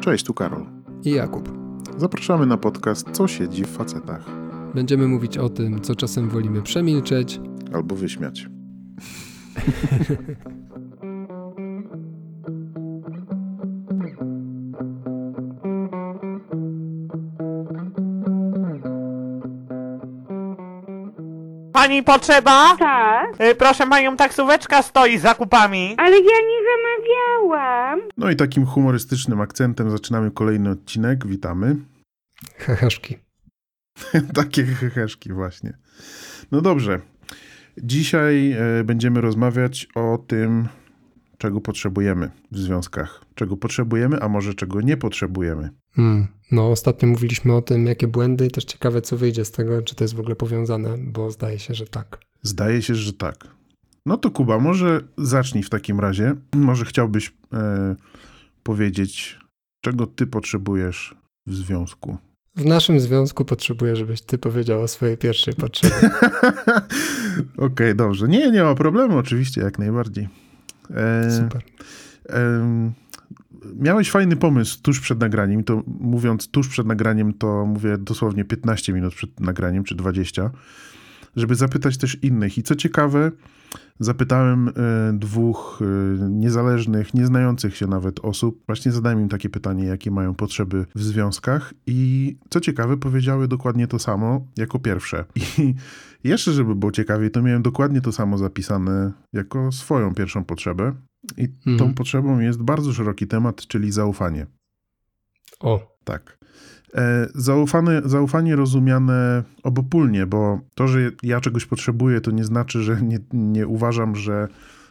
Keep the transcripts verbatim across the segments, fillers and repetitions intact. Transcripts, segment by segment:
Cześć, tu Karol i Jakub. Zapraszamy na podcast Co siedzi w facetach. Będziemy mówić o tym, co czasem wolimy przemilczeć albo wyśmiać. Pani potrzeba? Tak, Y, Proszę panią, taksóweczka stoi z zakupami. ale ja nie zamawiałam. No i takim humorystycznym akcentem zaczynamy kolejny odcinek. Witamy. heheszki. Takie heheszki właśnie. No dobrze. Dzisiaj e, będziemy rozmawiać o tym, czego potrzebujemy w związkach. Czego potrzebujemy, a może czego nie potrzebujemy. Hmm. No ostatnio mówiliśmy o tym, jakie błędy i też ciekawe, co wyjdzie z tego, czy to jest w ogóle powiązane, bo zdaje się, że tak. Zdaje się, że tak. No to Kuba, może zacznij w takim razie. Może chciałbyś e, powiedzieć, czego ty potrzebujesz w związku. W naszym związku potrzebuję, żebyś ty powiedział o swojej pierwszej potrzebie. Okej, okay, dobrze. Nie, nie ma problemu, oczywiście, jak najbardziej. E, Super. E, miałeś fajny pomysł tuż przed nagraniem. To mówiąc tuż przed nagraniem, to mówię dosłownie piętnaście minut przed nagraniem, czy dwadzieścia, żeby zapytać też innych. I co ciekawe, zapytałem y, dwóch y, niezależnych, nieznających się nawet osób. Właśnie zadałem im takie pytanie, jakie mają potrzeby w związkach. I co ciekawe, powiedziały dokładnie to samo jako pierwsze. I jeszcze, żeby było ciekawiej, to miałem dokładnie to samo zapisane jako swoją pierwszą potrzebę. I Mhm. tą potrzebą jest bardzo szeroki temat, czyli zaufanie. O. Tak. E, zaufane, zaufanie rozumiane obopólnie, bo to, że ja czegoś potrzebuję, to nie znaczy, że nie, nie uważam, że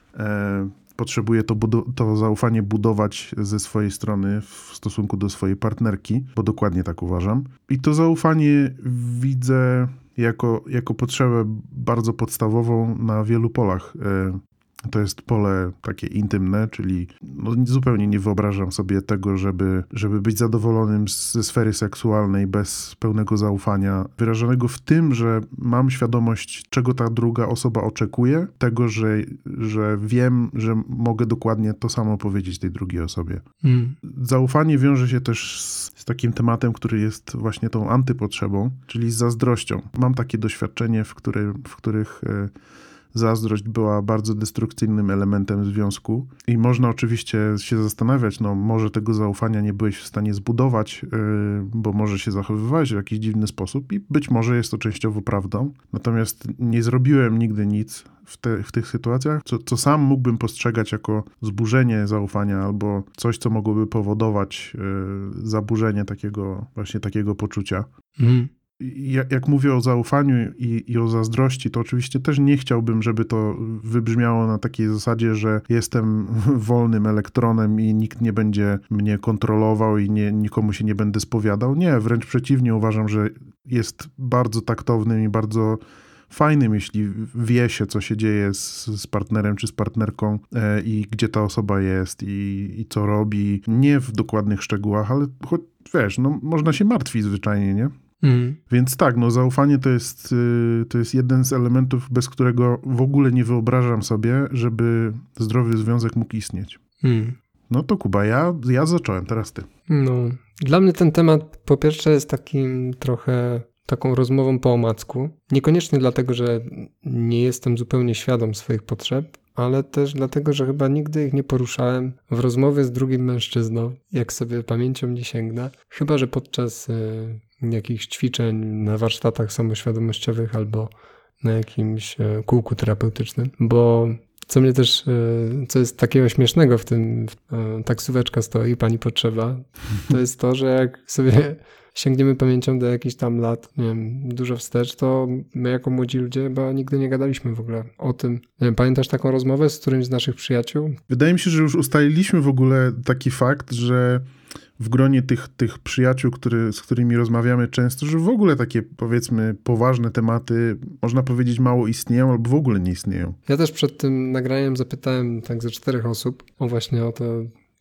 e, potrzebuję to, budu- to zaufanie budować ze swojej strony w stosunku do swojej partnerki, bo dokładnie tak uważam. I to zaufanie widzę jako, jako potrzebę bardzo podstawową na wielu polach. E, To jest pole takie intymne, czyli no zupełnie nie wyobrażam sobie tego, żeby, żeby być zadowolonym z, ze sfery seksualnej bez pełnego zaufania, wyrażonego w tym, że mam świadomość, czego ta druga osoba oczekuje, tego, że, że wiem, że mogę dokładnie to samo powiedzieć tej drugiej osobie. Mm. Zaufanie wiąże się też z, z takim tematem, który jest właśnie tą antypotrzebą, czyli z zazdrością. Mam takie doświadczenie, w, który, w których... E, Zazdrość była bardzo destrukcyjnym elementem związku i można oczywiście się zastanawiać, no może tego zaufania nie byłeś w stanie zbudować, yy, bo może się zachowywałeś w jakiś dziwny sposób i być może jest to częściowo prawdą. Natomiast nie zrobiłem nigdy nic w, te, w tych sytuacjach, co, co sam mógłbym postrzegać jako zburzenie zaufania albo coś, co mogłoby powodować yy, zaburzenie takiego właśnie takiego poczucia. Mm. Jak mówię o zaufaniu i, i o zazdrości, to oczywiście też nie chciałbym, żeby to wybrzmiało na takiej zasadzie, że jestem wolnym elektronem i nikt nie będzie mnie kontrolował i nie, nikomu się nie będę spowiadał. Nie, wręcz przeciwnie, uważam, że jest bardzo taktownym i bardzo fajnym, jeśli wie się, co się dzieje z, z partnerem czy z partnerką e, i gdzie ta osoba jest i, i co robi. Nie w dokładnych szczegółach, ale choć, wiesz, no, można się martwić zwyczajnie, nie? Mm. Więc tak, no zaufanie to jest, to jest jeden z elementów, bez którego w ogóle nie wyobrażam sobie, żeby zdrowy związek mógł istnieć. Mm. No to Kuba, ja, ja zacząłem, teraz ty. No, dla mnie ten temat po pierwsze jest takim trochę taką rozmową po omacku. Niekoniecznie dlatego, że nie jestem zupełnie świadom swoich potrzeb, ale też dlatego, że chyba nigdy ich nie poruszałem w rozmowie z drugim mężczyzną, jak sobie pamięcią nie sięgnę. Chyba że podczas y, jakichś ćwiczeń na warsztatach samoświadomościowych albo na jakimś y, kółku terapeutycznym, bo co mnie też, y, co jest takiego śmiesznego w tym, y, taksóweczka stoi, pani potrzeba, to jest to, że jak sobie sięgniemy pamięcią do jakichś tam lat, nie wiem, dużo wstecz, to my jako młodzi ludzie chyba nigdy nie gadaliśmy w ogóle o tym. Nie wiem, pamiętasz taką rozmowę z którymś z naszych przyjaciół? Wydaje mi się, że już ustaliliśmy w ogóle taki fakt, że w gronie tych, tych przyjaciół, który, z którymi rozmawiamy często, że w ogóle takie, powiedzmy, poważne tematy, można powiedzieć, mało istnieją albo w ogóle nie istnieją. Ja też przed tym nagraniem zapytałem tak ze czterech osób o właśnie o to,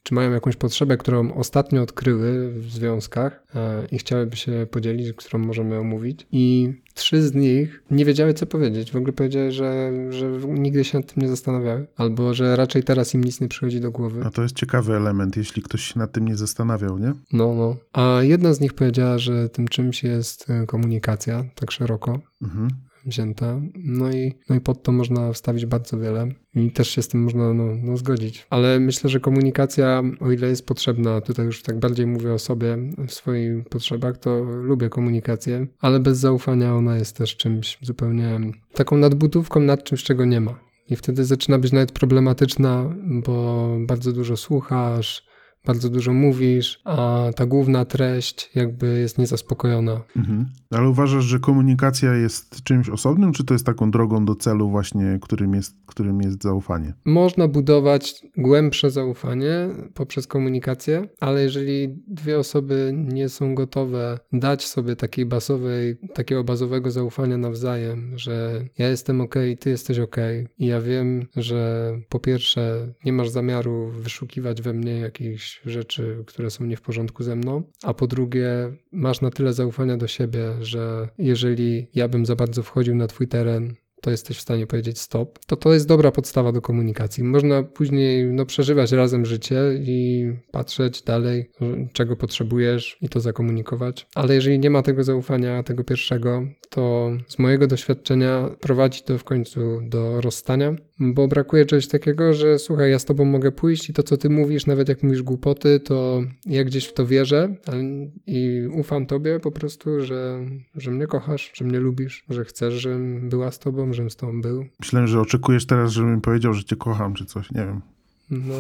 czy mają jakąś potrzebę, którą ostatnio odkryły w związkach e, i chciałyby się podzielić, którą możemy omówić. I trzy z nich nie wiedziały, co powiedzieć. W ogóle powiedziały, że, że nigdy się nad tym nie zastanawiały, albo że raczej teraz im nic nie przychodzi do głowy. A to jest ciekawy element, jeśli ktoś się nad tym nie zastanawiał, nie? No, no. A jedna z nich powiedziała, że tym czymś jest komunikacja, tak szeroko Mhm. wzięta. No i, no i pod to można wstawić bardzo wiele i też się z tym można no, no, zgodzić. Ale myślę, że komunikacja, o ile jest potrzebna, tutaj już tak bardziej mówię o sobie, w swoich potrzebach, to lubię komunikację, ale bez zaufania ona jest też czymś zupełnie taką nadbudówką nad czymś, czego nie ma. I wtedy zaczyna być nawet problematyczna, bo bardzo dużo słuchasz, bardzo dużo mówisz, a ta główna treść jakby jest niezaspokojona. Mhm. Ale uważasz, że komunikacja jest czymś osobnym, czy to jest taką drogą do celu właśnie, którym jest, którym jest zaufanie? Można budować głębsze zaufanie poprzez komunikację, ale jeżeli dwie osoby nie są gotowe dać sobie takiej bazowej, takiego bazowego zaufania nawzajem, że ja jestem okej, ty jesteś okej i ja wiem, że po pierwsze nie masz zamiaru wyszukiwać we mnie jakichś rzeczy, które są nie w porządku ze mną, a po drugie masz na tyle zaufania do siebie, że jeżeli ja bym za bardzo wchodził na twój teren, to jesteś w stanie powiedzieć stop, to to jest dobra podstawa do komunikacji. Można później no, przeżywać razem życie i patrzeć dalej, czego potrzebujesz i to zakomunikować. Ale jeżeli nie ma tego zaufania, tego pierwszego, to z mojego doświadczenia prowadzi to w końcu do rozstania, bo brakuje czegoś takiego, że słuchaj, ja z tobą mogę pójść i to, co ty mówisz, nawet jak mówisz głupoty, to ja gdzieś w to wierzę i ufam tobie po prostu, że, że mnie kochasz, że mnie lubisz, że chcesz, żebym była z tobą, żebym z tobą był. Myślałem, że oczekujesz teraz, żebym powiedział, że cię kocham, czy coś, nie wiem. No...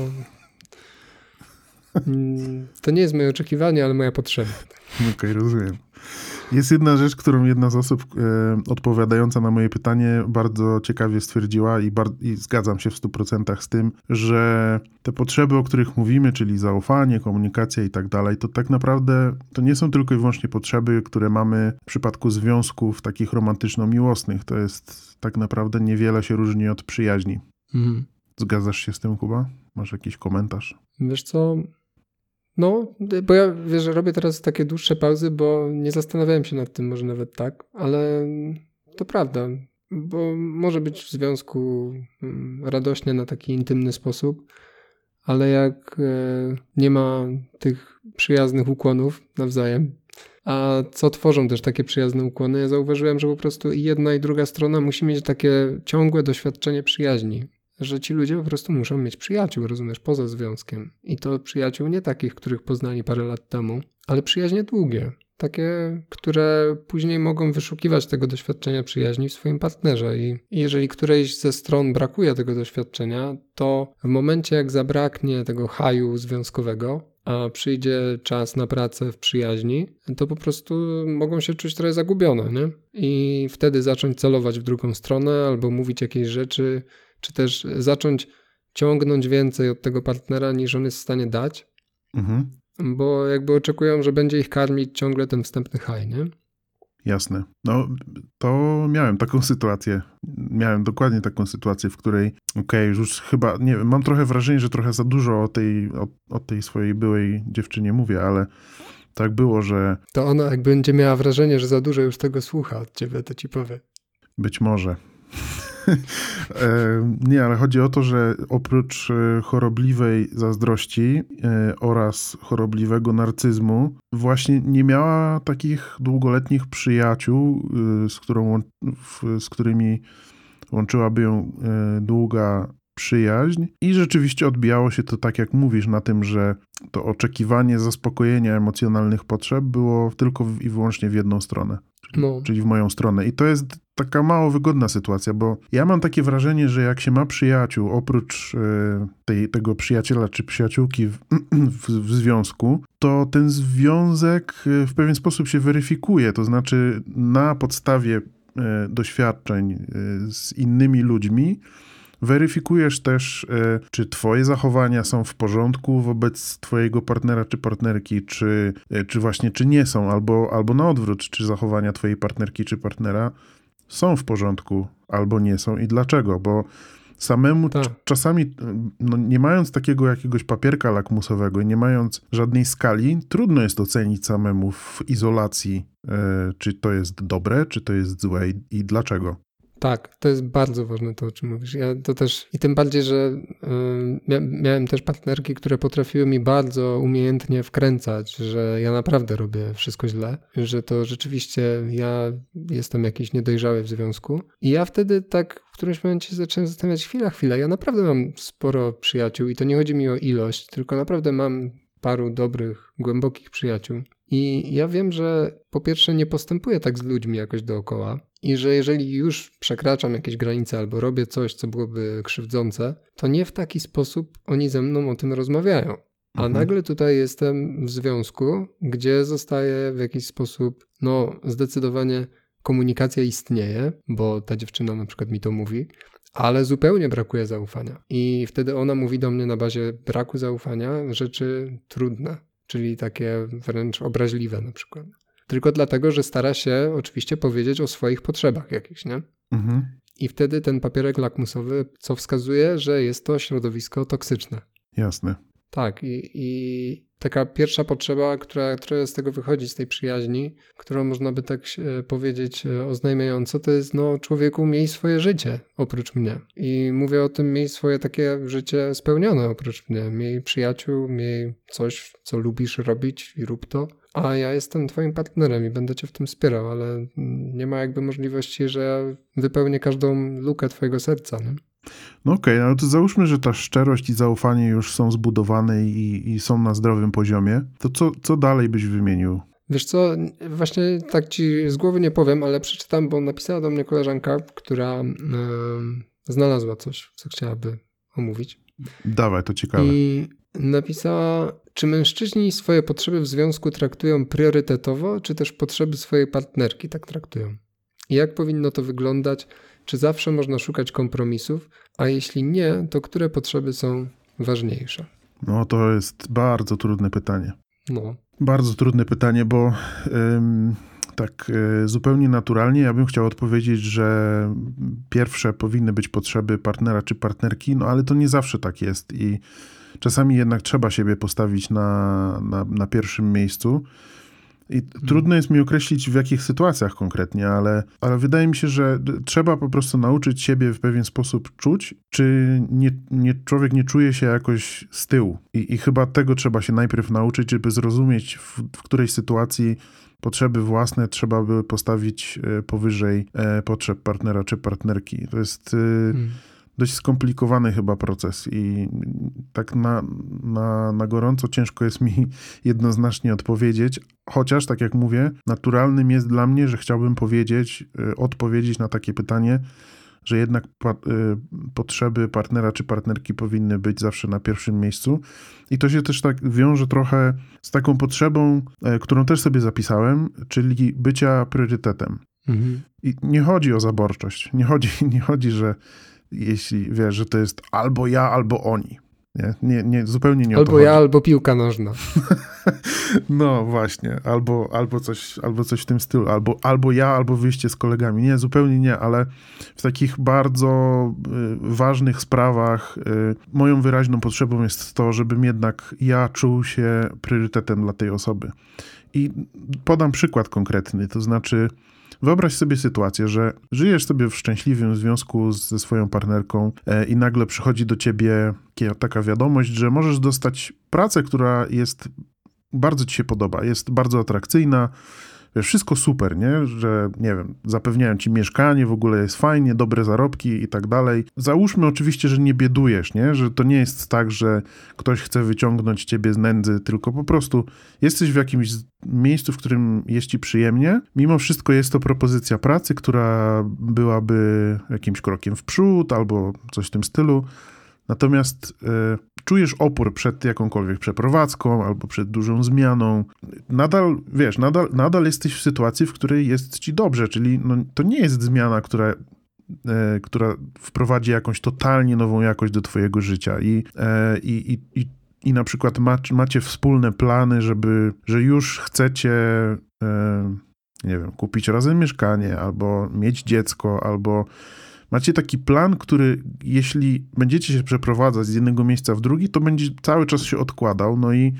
To nie jest moje oczekiwanie, ale moja potrzeba. Okej, okay, rozumiem. Jest jedna rzecz, którą jedna z osób e, odpowiadająca na moje pytanie bardzo ciekawie stwierdziła i, bar- i zgadzam się w stu procentach z tym, że te potrzeby, o których mówimy, czyli zaufanie, komunikacja i tak dalej, to tak naprawdę to nie są tylko i wyłącznie potrzeby, które mamy w przypadku związków takich romantyczno-miłosnych. To jest tak naprawdę niewiele się różni od przyjaźni. Mhm. Zgadzasz się z tym, Kuba? Masz jakiś komentarz? Wiesz co... No, bo ja wiesz, robię teraz takie dłuższe pauzy, bo nie zastanawiałem się nad tym, może nawet tak, ale to prawda, bo może być w związku radośnie na taki intymny sposób, ale jak nie ma tych przyjaznych ukłonów nawzajem, a co tworzą też takie przyjazne ukłony, ja zauważyłem, że po prostu i jedna i druga strona musi mieć takie ciągłe doświadczenie przyjaźni. Że ci ludzie po prostu muszą mieć przyjaciół, rozumiesz, poza związkiem. I to przyjaciół nie takich, których poznali parę lat temu, ale przyjaźnie długie. Takie, które później mogą wyszukiwać tego doświadczenia przyjaźni w swoim partnerze. I jeżeli którejś ze stron brakuje tego doświadczenia, to w momencie jak zabraknie tego haju związkowego, a przyjdzie czas na pracę w przyjaźni, to po prostu mogą się czuć trochę zagubione, nie? I wtedy zacząć celować w drugą stronę albo mówić jakieś rzeczy, czy też zacząć ciągnąć więcej od tego partnera, niż on jest w stanie dać, Mhm. bo jakby oczekują, że będzie ich karmić ciągle ten wstępny haj, nie? Jasne. No, to miałem taką sytuację. Miałem dokładnie taką sytuację, w której okej, okay, już chyba, nie wiem, mam trochę wrażenie, że trochę za dużo o tej, o, o tej swojej byłej dziewczynie mówię, ale tak było, że... To ona jak będzie miała wrażenie, że za dużo już tego słucha od ciebie, to ci powie. Być może. Nie, ale chodzi o to, że oprócz chorobliwej zazdrości oraz chorobliwego narcyzmu właśnie nie miała takich długoletnich przyjaciół, z, którą, z którymi łączyłaby ją długa przyjaźń i rzeczywiście odbijało się to, tak jak mówisz, na tym, że to oczekiwanie zaspokojenia emocjonalnych potrzeb było tylko i wyłącznie w jedną stronę, czyli, No. czyli w moją stronę. I to jest taka mało wygodna sytuacja, bo ja mam takie wrażenie, że jak się ma przyjaciół, oprócz tej, tego przyjaciela czy przyjaciółki w, w, w związku, to ten związek w pewien sposób się weryfikuje, to znaczy na podstawie doświadczeń z innymi ludźmi weryfikujesz też, czy twoje zachowania są w porządku wobec twojego partnera czy partnerki, czy, czy właśnie czy nie są, albo, albo na odwrót, czy zachowania twojej partnerki czy partnera są w porządku, albo nie są i dlaczego, bo Samemu Tak. c- czasami, no, nie mając takiego jakiegoś papierka lakmusowego i nie mając żadnej skali, trudno jest ocenić samemu w izolacji, e, czy to jest dobre, czy to jest złe i, i dlaczego. Tak, to jest bardzo ważne to, o czym mówisz. Ja to też, i tym bardziej, że y, mia- miałem też partnerki, które potrafiły mi bardzo umiejętnie wkręcać, że ja naprawdę robię wszystko źle, że to rzeczywiście ja jestem jakiś niedojrzały w związku. I ja wtedy tak w którymś momencie zacząłem zastanawiać, chwila, chwila, ja naprawdę mam sporo przyjaciół i to nie chodzi mi o ilość, tylko naprawdę mam paru dobrych, głębokich przyjaciół. I ja wiem, że po pierwsze nie postępuję tak z ludźmi jakoś dookoła i że jeżeli już przekraczam jakieś granice albo robię coś, co byłoby krzywdzące, to nie w taki sposób oni ze mną o tym rozmawiają. A Mhm. nagle tutaj jestem w związku, gdzie zostaje w jakiś sposób, no zdecydowanie komunikacja istnieje, bo ta dziewczyna na przykład mi to mówi, ale zupełnie brakuje zaufania. I wtedy ona mówi do mnie na bazie braku zaufania rzeczy trudne, czyli takie wręcz obraźliwe na przykład. Tylko dlatego, że stara się oczywiście powiedzieć o swoich potrzebach jakichś, nie? Mhm. I wtedy ten papierek lakmusowy, co wskazuje, że jest to środowisko toksyczne. Jasne. Tak, i, i taka pierwsza potrzeba, która, która z tego wychodzi, z tej przyjaźni, którą można by tak e, powiedzieć e, oznajmiająco, to jest no człowieku, miej swoje życie oprócz mnie. I mówię o tym, miej swoje takie życie spełnione oprócz mnie. Miej przyjaciół, miej coś, co lubisz robić i rób to. A ja jestem twoim partnerem i będę cię w tym wspierał, ale mm, nie ma jakby możliwości, że ja wypełnię każdą lukę twojego serca, nie? No okej, okay, no to załóżmy, że ta szczerość i zaufanie już są zbudowane i, i są na zdrowym poziomie. To co, co dalej byś wymienił? Wiesz co, właśnie tak ci z głowy nie powiem, ale przeczytam, bo napisała do mnie koleżanka, która e, znalazła coś, co chciałaby omówić. Dawaj, to ciekawe. I napisała, czy mężczyźni swoje potrzeby w związku traktują priorytetowo, czy też potrzeby swojej partnerki tak traktują? I jak powinno to wyglądać? Czy zawsze można szukać kompromisów? A jeśli nie, to które potrzeby są ważniejsze? No to jest bardzo trudne pytanie. No. Bardzo trudne pytanie, bo ym, tak y, zupełnie naturalnie ja bym chciał odpowiedzieć, że pierwsze powinny być potrzeby partnera czy partnerki, no ale to nie zawsze tak jest i czasami jednak trzeba siebie postawić na, na, na pierwszym miejscu. I trudno jest mi określić, w jakich sytuacjach konkretnie, ale, ale wydaje mi się, że trzeba po prostu nauczyć siebie w pewien sposób czuć, czy nie, nie, człowiek nie czuje się jakoś z tyłu. I, I chyba tego trzeba się najpierw nauczyć, żeby zrozumieć, w, w której sytuacji potrzeby własne trzeba by postawić powyżej potrzeb partnera czy partnerki. To jest... Hmm. dość skomplikowany chyba proces i tak na, na, na gorąco ciężko jest mi jednoznacznie odpowiedzieć, chociaż, tak jak mówię, naturalnym jest dla mnie, że chciałbym powiedzieć, odpowiedzieć na takie pytanie, że jednak pa, y, potrzeby partnera czy partnerki powinny być zawsze na pierwszym miejscu. I to się też tak wiąże trochę z taką potrzebą, y, którą też sobie zapisałem, czyli bycia priorytetem. Mhm. I nie chodzi o zaborczość, nie chodzi, nie chodzi, że jeśli wiesz, że to jest albo ja, albo oni. Nie, nie, nie zupełnie nie albo o to chodzi. ja, albo piłka nożna. No właśnie, albo, albo, coś, albo coś w tym stylu, albo, albo ja, albo wyjście z kolegami. Nie, zupełnie nie, ale w takich bardzo y, ważnych sprawach y, moją wyraźną potrzebą jest to, żebym jednak ja czuł się priorytetem dla tej osoby. I podam przykład konkretny, to znaczy wyobraź sobie sytuację, że żyjesz sobie w szczęśliwym związku ze swoją partnerką e, i nagle przychodzi do ciebie taka wiadomość, że możesz dostać pracę, która jest bardzo ci się podoba, jest bardzo atrakcyjna, wiesz, wszystko super, nie? Że, nie wiem, zapewniają ci mieszkanie, w ogóle jest fajnie, dobre zarobki i tak dalej. Załóżmy oczywiście, że nie biedujesz, nie? Że to nie jest tak, że ktoś chce wyciągnąć ciebie z nędzy, tylko po prostu jesteś w jakimś miejscu, w którym jest ci przyjemnie. Mimo wszystko jest to propozycja pracy, która byłaby jakimś krokiem w przód albo coś w tym stylu. Natomiast y, czujesz opór przed jakąkolwiek przeprowadzką albo przed dużą zmianą. Nadal, wiesz, nadal, nadal jesteś w sytuacji, w której jest ci dobrze, czyli no, to nie jest zmiana, która, y, która wprowadzi jakąś totalnie nową jakość do twojego życia. I, y, i, i, i na przykład ma, macie wspólne plany, żeby, że już chcecie... Y, nie wiem, kupić razem mieszkanie, albo mieć dziecko, albo Macie taki plan, który jeśli będziecie się przeprowadzać z jednego miejsca w drugi, to będzie cały czas się odkładał, no i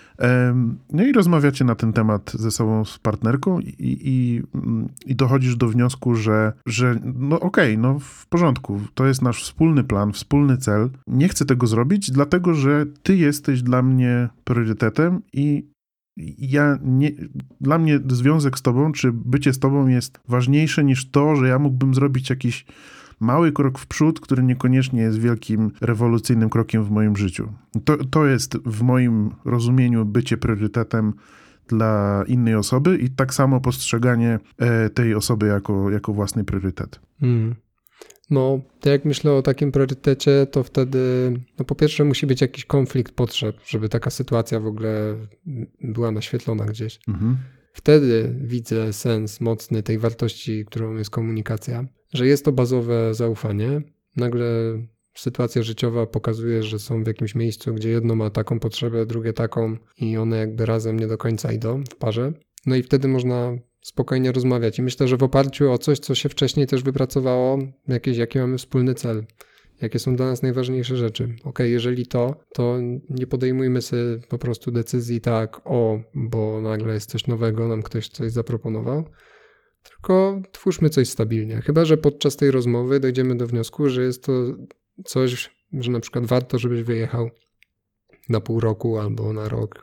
No i rozmawiacie na ten temat ze sobą, z partnerką i, i, i dochodzisz do wniosku, że, że no okej, okay, no w porządku, to jest nasz wspólny plan, wspólny cel. Nie chcę tego zrobić, dlatego że ty jesteś dla mnie priorytetem i ja nie, dla mnie związek z tobą, czy bycie z tobą jest ważniejsze niż to, że ja mógłbym zrobić jakiś mały krok w przód, który niekoniecznie jest wielkim, rewolucyjnym krokiem w moim życiu. To, to jest w moim rozumieniu bycie priorytetem dla innej osoby i tak samo postrzeganie e, tej osoby jako, jako własny priorytet. Hmm. No, to jak myślę o takim priorytecie, to wtedy, no po pierwsze musi być jakiś konflikt potrzeb, żeby taka sytuacja w ogóle była naświetlona gdzieś. Mhm. Wtedy widzę sens mocny tej wartości, którą jest komunikacja, że jest to bazowe zaufanie. Nagle sytuacja życiowa pokazuje, że są w jakimś miejscu, gdzie jedno ma taką potrzebę, drugie taką i one jakby razem nie do końca idą w parze. No i wtedy można spokojnie rozmawiać. I myślę, że w oparciu o coś, co się wcześniej też wypracowało, jakieś, jaki mamy wspólny cel, jakie są dla nas najważniejsze rzeczy. Okej, jeżeli to, to nie podejmujmy sobie po prostu decyzji tak, o, bo nagle jest coś nowego, nam ktoś coś zaproponował, tylko twórzmy coś stabilnie. Chyba że podczas tej rozmowy dojdziemy do wniosku, że jest to coś, że na przykład warto, żebyś wyjechał na pół roku albo na rok.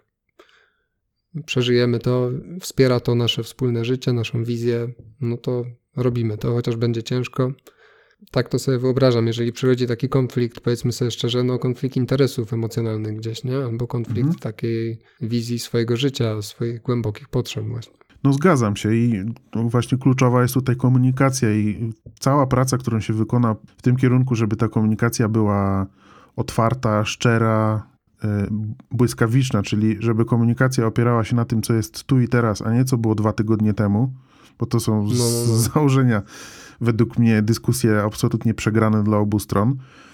Przeżyjemy to, wspiera to nasze wspólne życie, naszą wizję, no to robimy to, chociaż będzie ciężko. Tak to sobie wyobrażam, jeżeli przychodzi taki konflikt, powiedzmy sobie szczerze, no konflikt interesów emocjonalnych gdzieś, nie? Albo konflikt mhm. takiej wizji swojego życia, swoich głębokich potrzeb właśnie. No zgadzam się i właśnie kluczowa jest tutaj komunikacja i cała praca, którą się wykona w tym kierunku, żeby ta komunikacja była otwarta, szczera, błyskawiczna, czyli żeby komunikacja opierała się na tym, co jest tu i teraz, a nie co było dwa tygodnie temu, bo to są z, no, no, no. z założenia według mnie dyskusje absolutnie przegrane dla obu stron.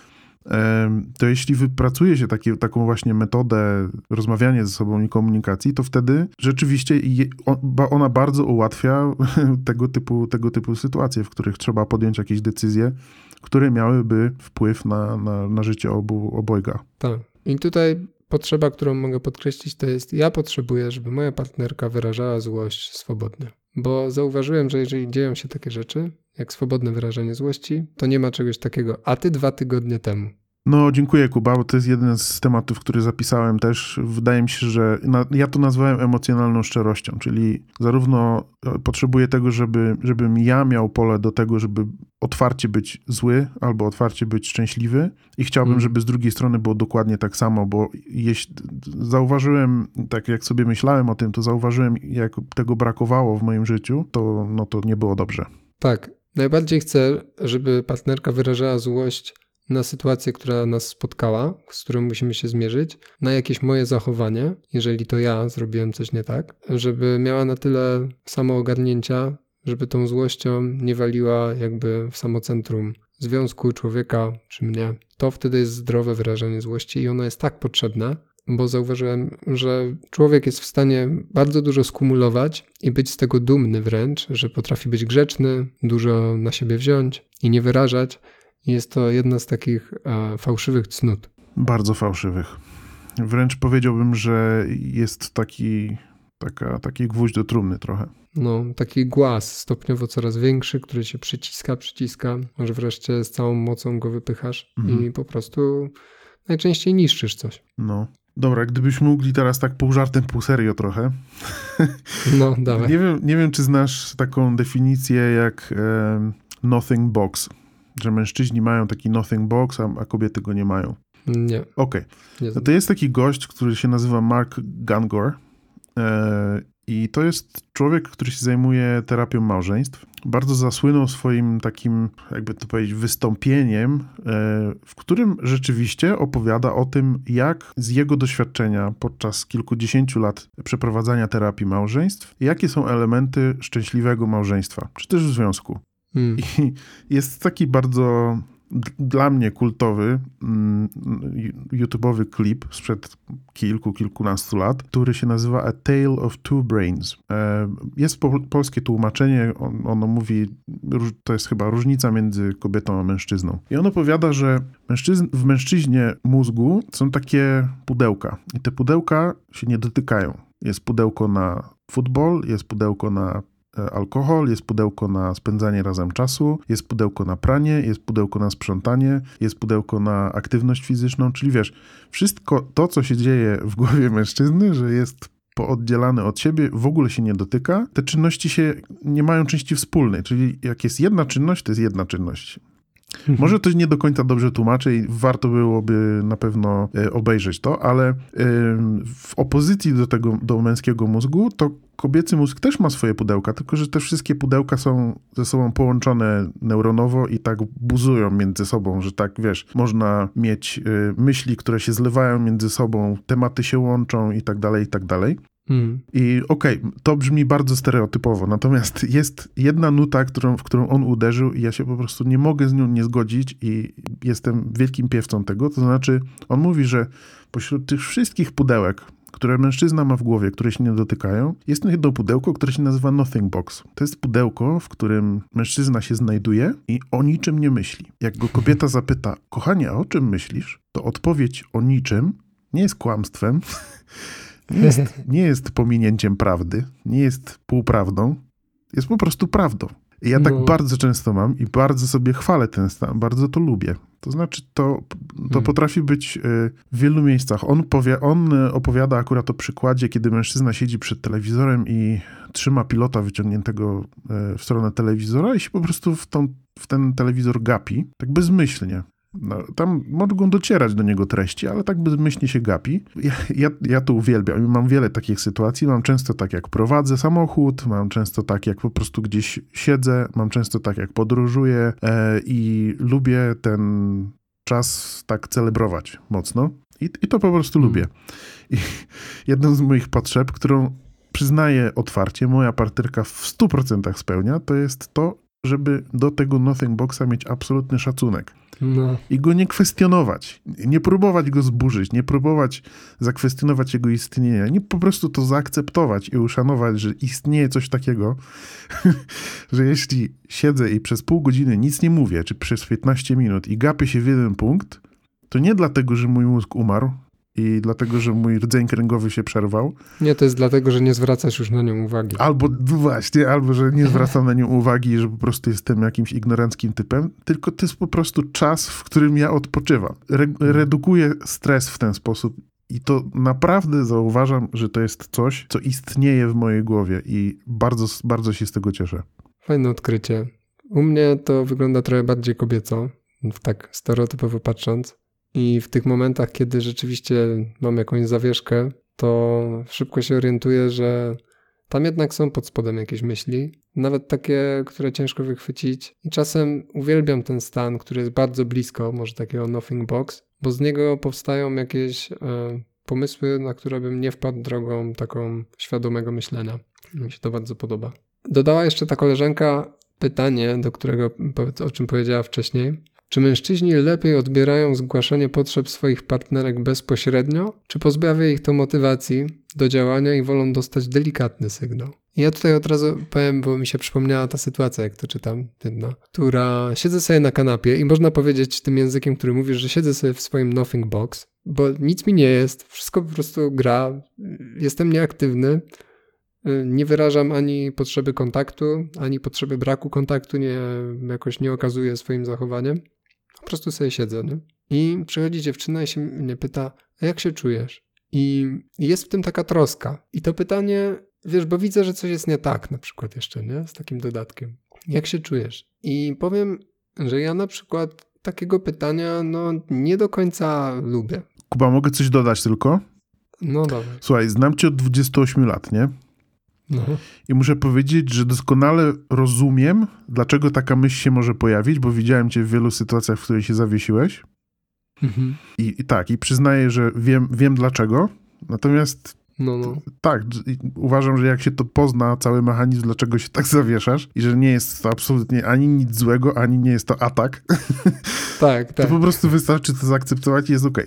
To jeśli wypracuje się taki, taką właśnie metodę rozmawiania ze sobą i komunikacji, to wtedy rzeczywiście ona bardzo ułatwia tego typu, tego typu sytuacje, w których trzeba podjąć jakieś decyzje, które miałyby wpływ na, na, na życie obu, obojga. Tak. I tutaj potrzeba, którą mogę podkreślić, to jest ja potrzebuję, żeby moja partnerka wyrażała złość swobodnie. Bo zauważyłem, że jeżeli dzieją się takie rzeczy, jak swobodne wyrażanie złości, to nie ma czegoś takiego, a ty dwa tygodnie temu. No, dziękuję, Kuba, bo to jest jeden z tematów, który zapisałem też. Wydaje mi się, że na, ja to nazwałem emocjonalną szczerością, czyli zarówno potrzebuję tego, żeby, żebym ja miał pole do tego, żeby otwarcie być zły albo otwarcie być szczęśliwy i chciałbym, mm. żeby z drugiej strony było dokładnie tak samo, bo jeśli zauważyłem, tak jak sobie myślałem o tym, to zauważyłem, jak tego brakowało w moim życiu, to, no to nie było dobrze. Tak, najbardziej chcę, żeby partnerka wyrażała złość na sytuację, która nas spotkała, z którą musimy się zmierzyć, na jakieś moje zachowanie, jeżeli to ja zrobiłem coś nie tak, żeby miała na tyle samoogarnięcia, żeby tą złością nie waliła jakby w samo centrum związku człowieka czy mnie. To wtedy jest zdrowe wyrażanie złości i ono jest tak potrzebne, bo zauważyłem, że człowiek jest w stanie bardzo dużo skumulować i być z tego dumny wręcz, że potrafi być grzeczny, dużo na siebie wziąć i nie wyrażać. Jest to jedna z takich e, fałszywych cnót. Bardzo fałszywych. Wręcz powiedziałbym, że jest taki, taka, taki gwóźdź do trumny trochę. No, taki głaz stopniowo coraz większy, który się przyciska, przyciska, aż wreszcie z całą mocą go wypychasz mhm. i po prostu najczęściej niszczysz coś. No. Dobra, gdybyśmy mogli teraz tak pół żartem, pół serio trochę. No, dawaj. Nie wiem, nie wiem, czy znasz taką definicję jak e, nothing box. Że mężczyźni mają taki nothing box, a, a kobiety go nie mają. Nie. Okej. Okay. No to jest taki gość, który się nazywa Mark Gungor e, i to jest człowiek, który się zajmuje terapią małżeństw. Bardzo zasłynął swoim takim, jakby to powiedzieć, wystąpieniem, e, w którym rzeczywiście opowiada o tym, jak z jego doświadczenia podczas kilkudziesięciu lat przeprowadzania terapii małżeństw, jakie są elementy szczęśliwego małżeństwa, czy też w związku. Hmm. I jest taki bardzo d- dla mnie kultowy mm, YouTube'owy klip sprzed kilku, kilkunastu lat, który się nazywa A Tale of Two Brains. E, jest po, polskie tłumaczenie, on, ono mówi, to jest chyba różnica między kobietą a mężczyzną. I on opowiada, że mężczyzn, w mężczyźnie mózgu są takie pudełka i te pudełka się nie dotykają. Jest pudełko na futbol, jest pudełko na alkohol, jest pudełko na spędzanie razem czasu, jest pudełko na pranie, jest pudełko na sprzątanie, jest pudełko na aktywność fizyczną, czyli wiesz, wszystko to, co się dzieje w głowie mężczyzny, że jest pooddzielane od siebie, w ogóle się nie dotyka, te czynności się nie mają części wspólnej, czyli jak jest jedna czynność, to jest jedna czynność. Może to nie do końca dobrze tłumaczę i warto byłoby na pewno obejrzeć to, ale w opozycji do tego, do męskiego mózgu, to kobiecy mózg też ma swoje pudełka, tylko że te wszystkie pudełka są ze sobą połączone neuronowo i tak buzują między sobą, że tak, wiesz, można mieć myśli, które się zlewają między sobą, tematy się łączą i tak dalej, i tak dalej. Hmm. I okej, okay, to brzmi bardzo stereotypowo, natomiast jest jedna nuta, którą, w którą on uderzył i ja się po prostu nie mogę z nią nie zgodzić i jestem wielkim piewcą tego, to znaczy on mówi, że pośród tych wszystkich pudełek, które mężczyzna ma w głowie, które się nie dotykają, jest jedno pudełko, które się nazywa Nothing Box. To jest pudełko, w którym mężczyzna się znajduje i o niczym nie myśli. Jak go kobieta zapyta, kochanie, a o czym myślisz? To odpowiedź o niczym nie jest kłamstwem, Nie jest, nie jest pominięciem prawdy, nie jest półprawdą, jest po prostu prawdą. I ja tak no. bardzo często mam i bardzo sobie chwalę ten stan, bardzo to lubię. To znaczy, to, to hmm. potrafi być w wielu miejscach. On, powie, on opowiada akurat o przykładzie, kiedy mężczyzna siedzi przed telewizorem i trzyma pilota wyciągniętego w stronę telewizora i się po prostu w, tą, w ten telewizor gapi, tak bezmyślnie. No, tam mogą docierać do niego treści, ale tak bezmyślnie się gapi. Ja, ja, ja to uwielbiam. Mam wiele takich sytuacji. Mam często tak, jak prowadzę samochód, mam często tak, jak po prostu gdzieś siedzę, mam często tak, jak podróżuję e, i lubię ten czas tak celebrować mocno. I, i to po prostu hmm. lubię. I jedną z moich potrzeb, którą przyznaję otwarcie, moja partnerka w stu procentach spełnia, to jest to, żeby do tego Nothing Boxa mieć absolutny szacunek. No. I go nie kwestionować, nie próbować go zburzyć, nie próbować zakwestionować jego istnienia, nie po prostu to zaakceptować i uszanować, że istnieje coś takiego, że jeśli siedzę i przez pół godziny nic nie mówię, czy przez piętnaście minut i gapię się w jeden punkt, to nie dlatego, że mój mózg umarł i dlatego, że mój rdzeń kręgowy się przerwał. Nie, to jest dlatego, że nie zwracasz już na nią uwagi. Albo właśnie, albo że nie zwracam na nią uwagi i że po prostu jestem jakimś ignoranckim typem, tylko to jest po prostu czas, w którym ja odpoczywam. Re- redukuję stres w ten sposób i to naprawdę zauważam, że to jest coś, co istnieje w mojej głowie i bardzo, bardzo się z tego cieszę. Fajne odkrycie. U mnie to wygląda trochę bardziej kobieco, tak stereotypowo patrząc. I w tych momentach, kiedy rzeczywiście mam jakąś zawieszkę, to szybko się orientuję, że tam jednak są pod spodem jakieś myśli, nawet takie, które ciężko wychwycić. I czasem uwielbiam ten stan, który jest bardzo blisko, może takiego Nothing Box, bo z niego powstają jakieś e, pomysły, na które bym nie wpadł drogą taką świadomego myślenia. Mi się to bardzo podoba. Dodała jeszcze ta koleżanka pytanie, do którego, o czym powiedziała wcześniej. Czy mężczyźni lepiej odbierają zgłaszanie potrzeb swoich partnerek bezpośrednio, czy pozbawia ich to motywacji do działania i wolą dostać delikatny sygnał? I ja tutaj od razu powiem, bo mi się przypomniała ta sytuacja, jak to czytam, jedna, która siedzę sobie na kanapie i można powiedzieć tym językiem, który mówisz, że siedzę sobie w swoim Nothing Box, bo nic mi nie jest, wszystko po prostu gra, jestem nieaktywny, nie wyrażam ani potrzeby kontaktu, ani potrzeby braku kontaktu, nie, jakoś nie okazuję swoim zachowaniem. Po prostu sobie siedzę, nie? I przychodzi dziewczyna i się mnie pyta, a jak się czujesz? I jest w tym taka troska. I to pytanie, wiesz, bo widzę, że coś jest nie tak na przykład jeszcze, nie? Z takim dodatkiem. Jak się czujesz? I powiem, że ja na przykład takiego pytania, no, nie do końca lubię. Kuba, mogę coś dodać tylko? No dawaj. Słuchaj, znam cię od dwudziestu ośmiu lat, nie? No. I muszę powiedzieć, że doskonale rozumiem, dlaczego taka myśl się może pojawić, bo widziałem cię w wielu sytuacjach, w których się zawiesiłeś. Mhm. I, I tak, i przyznaję, że wiem, wiem dlaczego. Natomiast No, no. Tak, uważam, że jak się to pozna, cały mechanizm, dlaczego się tak zawieszasz i że nie jest to absolutnie ani nic złego, ani nie jest to atak, Tak, to tak. po prostu wystarczy to zaakceptować i jest okej.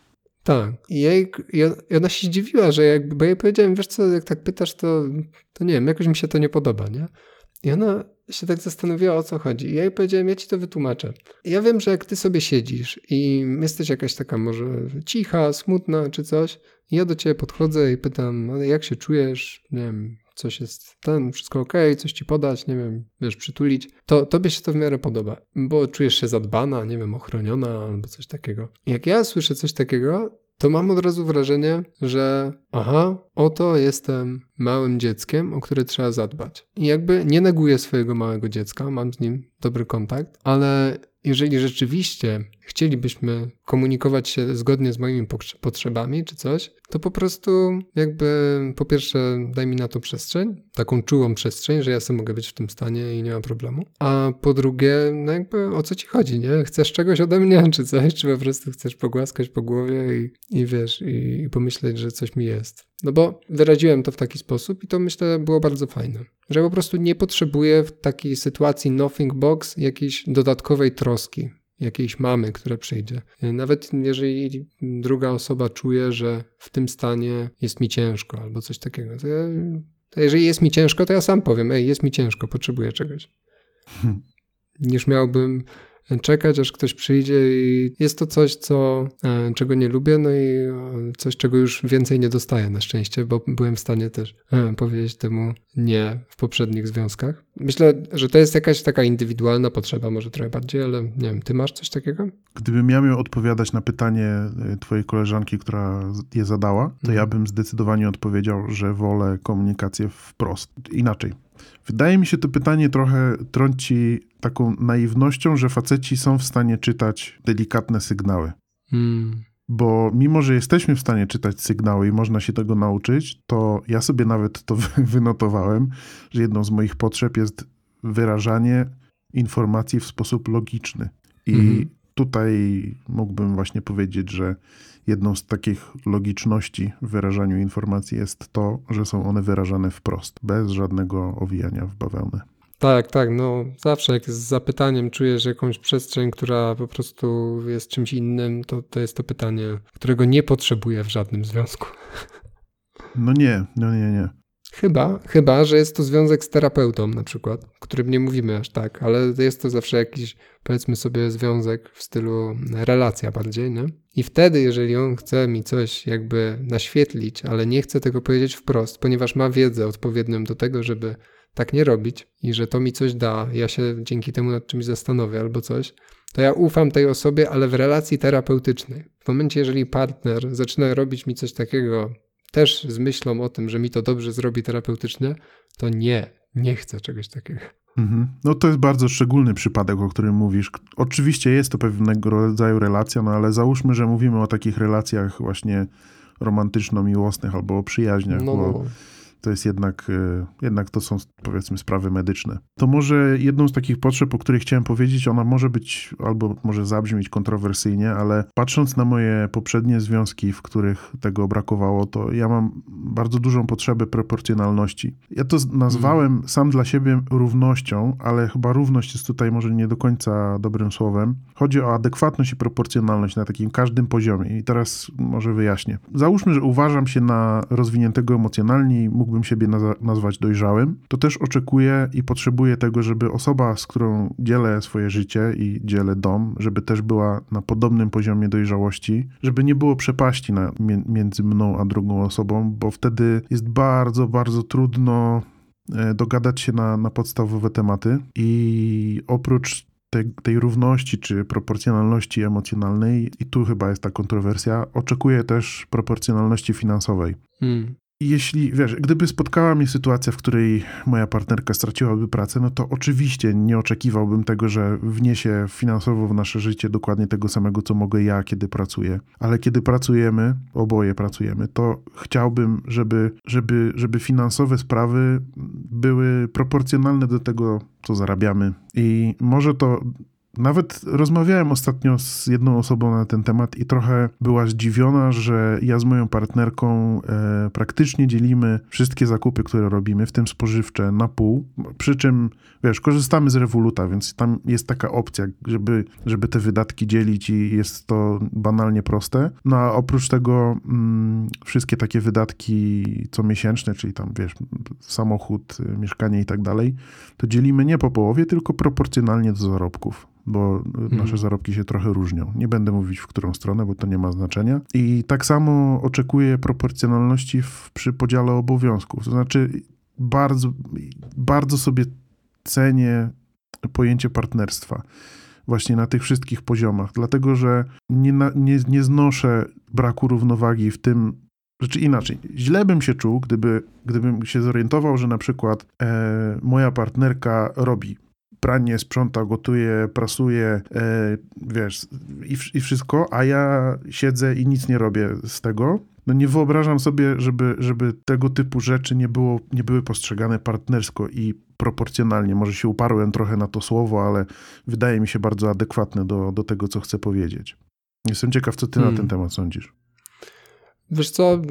Tak. I, jej, i ona się zdziwiła, że jakby, bo ja jej powiedziałem, wiesz co, jak tak pytasz, to, to nie wiem, jakoś mi się to nie podoba, nie? I ona się tak zastanowiła, o co chodzi. I ja jej powiedziałem, ja ci to wytłumaczę. Ja wiem, że jak ty sobie siedzisz i jesteś jakaś taka może cicha, smutna czy coś, i ja do ciebie podchodzę i pytam, ale jak się czujesz, nie wiem, coś jest ten, wszystko okej, coś ci podać, nie wiem, wiesz, przytulić, to tobie się to w miarę podoba, bo czujesz się zadbana, nie wiem, ochroniona albo coś takiego. I jak ja słyszę coś takiego, to mam od razu wrażenie, że aha, oto jestem małym dzieckiem, o które trzeba zadbać. I jakby nie neguję swojego małego dziecka, mam z nim dobry kontakt, ale jeżeli rzeczywiście chcielibyśmy komunikować się zgodnie z moimi potrzebami czy coś, to po prostu jakby po pierwsze daj mi na to przestrzeń, taką czułą przestrzeń, że ja sobie mogę być w tym stanie i nie ma problemu. A po drugie, no jakby o co ci chodzi, nie? Chcesz czegoś ode mnie czy coś? Czy po prostu chcesz pogłaskać po głowie i, i wiesz, i, i pomyśleć, że coś mi jest. No bo wyraziłem to w taki sposób i to myślę było bardzo fajne. Że po prostu nie potrzebuję w takiej sytuacji nothing box jakiejś dodatkowej troski, jakiejś mamy, która przyjdzie. Nawet jeżeli druga osoba czuje, że w tym stanie jest mi ciężko albo coś takiego, to, ja, to jeżeli jest mi ciężko, to ja sam powiem, ej, jest mi ciężko, potrzebuję czegoś. Hmm. Niż miałbym czekać, aż ktoś przyjdzie i jest to coś, co, czego nie lubię, no i coś, czego już więcej nie dostaję na szczęście, bo byłem w stanie też powiedzieć temu nie w poprzednich związkach. Myślę, że to jest jakaś taka indywidualna potrzeba, może trochę bardziej, ale nie wiem, ty masz coś takiego? Gdybym ja miał odpowiadać na pytanie twojej koleżanki, która je zadała, to mhm. ja bym zdecydowanie odpowiedział, że wolę komunikację wprost. Inaczej. Wydaje mi się, to pytanie trochę trąci taką naiwnością, że faceci są w stanie czytać delikatne sygnały. Hmm. Bo mimo, że jesteśmy w stanie czytać sygnały i można się tego nauczyć, to ja sobie nawet to wynotowałem, że jedną z moich potrzeb jest wyrażanie informacji w sposób logiczny. I hmm. tutaj mógłbym właśnie powiedzieć, że jedną z takich logiczności w wyrażaniu informacji jest to, że są one wyrażane wprost, bez żadnego owijania w bawełnę. Tak, tak, no zawsze jak z zapytaniem czujesz jakąś przestrzeń, która po prostu jest czymś innym, to to jest to pytanie, którego nie potrzebuję w żadnym związku. No nie, no nie, nie. Chyba, chyba, że jest to związek z terapeutą na przykład, o którym nie mówimy aż tak, ale jest to zawsze jakiś, powiedzmy sobie, związek w stylu relacja bardziej, nie? I wtedy, jeżeli on chce mi coś jakby naświetlić, ale nie chce tego powiedzieć wprost, ponieważ ma wiedzę odpowiednią do tego, żeby tak nie robić i że to mi coś da, ja się dzięki temu nad czymś zastanowię albo coś, to ja ufam tej osobie, ale w relacji terapeutycznej. W momencie, jeżeli partner zaczyna robić mi coś takiego, też z myślą o tym, że mi to dobrze zrobi terapeutycznie, to nie, nie chcę czegoś takiego. Mhm. No to jest bardzo szczególny przypadek, o którym mówisz. Oczywiście jest to pewnego rodzaju relacja, no ale załóżmy, że mówimy o takich relacjach właśnie romantyczno-miłosnych albo o przyjaźniach, no, bo no. to jest jednak, jednak to są, powiedzmy, sprawy medyczne. To może jedną z takich potrzeb, o której chciałem powiedzieć, ona może być, albo może zabrzmieć kontrowersyjnie, ale patrząc na moje poprzednie związki, w których tego brakowało, to ja mam bardzo dużą potrzebę proporcjonalności. Ja to nazwałem hmm. sam dla siebie równością, ale chyba równość jest tutaj może nie do końca dobrym słowem. Chodzi o adekwatność i proporcjonalność na takim każdym poziomie. I teraz może wyjaśnię. Załóżmy, że uważam się na rozwiniętego emocjonalnie i mógł mógłbym siebie nazwać dojrzałym, to też oczekuję i potrzebuję tego, żeby osoba, z którą dzielę swoje życie i dzielę dom, żeby też była na podobnym poziomie dojrzałości, żeby nie było przepaści na, między mną a drugą osobą, bo wtedy jest bardzo, bardzo trudno dogadać się na, na podstawowe tematy i oprócz tej, tej równości czy proporcjonalności emocjonalnej, i tu chyba jest ta kontrowersja, oczekuję też proporcjonalności finansowej. Hmm. Jeśli, wiesz, gdyby spotkała mnie sytuacja, w której moja partnerka straciłaby pracę, no to oczywiście nie oczekiwałbym tego, że wniesie finansowo w nasze życie dokładnie tego samego, co mogę ja, kiedy pracuję. Ale kiedy pracujemy, oboje pracujemy, to chciałbym, żeby, żeby, żeby finansowe sprawy były proporcjonalne do tego, co zarabiamy. I może to Nawet rozmawiałem ostatnio z jedną osobą na ten temat i trochę była zdziwiona, że ja z moją partnerką e, praktycznie dzielimy wszystkie zakupy, które robimy, w tym spożywcze, na pół. Przy czym, wiesz, korzystamy z Revoluta, więc tam jest taka opcja, żeby, żeby te wydatki dzielić i jest to banalnie proste. No a oprócz tego mm, wszystkie takie wydatki comiesięczne, czyli tam, wiesz, samochód, mieszkanie i tak dalej, to dzielimy nie po połowie, tylko proporcjonalnie do zarobków, bo nasze hmm. zarobki się trochę różnią. Nie będę mówić, w którą stronę, bo to nie ma znaczenia. I tak samo oczekuję proporcjonalności w, przy podziale obowiązków. To znaczy bardzo, bardzo sobie cenię pojęcie partnerstwa właśnie na tych wszystkich poziomach, dlatego że nie, na, nie, nie znoszę braku równowagi w tym, znaczy inaczej, źle bym się czuł, gdyby, gdybym się zorientował, że na przykład e, moja partnerka robi pranie, sprząta, gotuje, prasuje, e, wiesz, i, i wszystko, a ja siedzę i nic nie robię z tego. No nie wyobrażam sobie, żeby, żeby tego typu rzeczy nie było, nie były postrzegane partnersko i proporcjonalnie. Może się uparłem trochę na to słowo, ale wydaje mi się bardzo adekwatne do, do tego, co chcę powiedzieć. Jestem ciekaw, co ty hmm. na ten temat sądzisz. Wiesz co,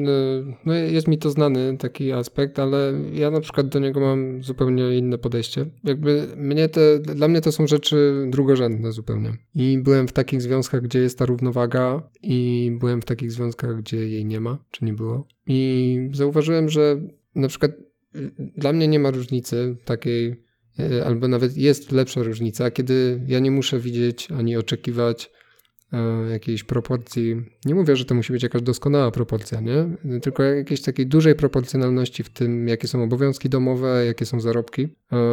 no jest mi to znany taki aspekt, ale ja na przykład do niego mam zupełnie inne podejście. Jakby mnie te, dla mnie to są rzeczy drugorzędne zupełnie. I byłem w takich związkach, gdzie jest ta równowaga i byłem w takich związkach, gdzie jej nie ma, czy nie było. I zauważyłem, że na przykład dla mnie nie ma różnicy takiej, albo nawet jest lepsza różnica, kiedy ja nie muszę widzieć ani oczekiwać jakiejś proporcji, nie mówię, że to musi być jakaś doskonała proporcja, nie? Tylko jakiejś takiej dużej proporcjonalności w tym, jakie są obowiązki domowe, jakie są zarobki.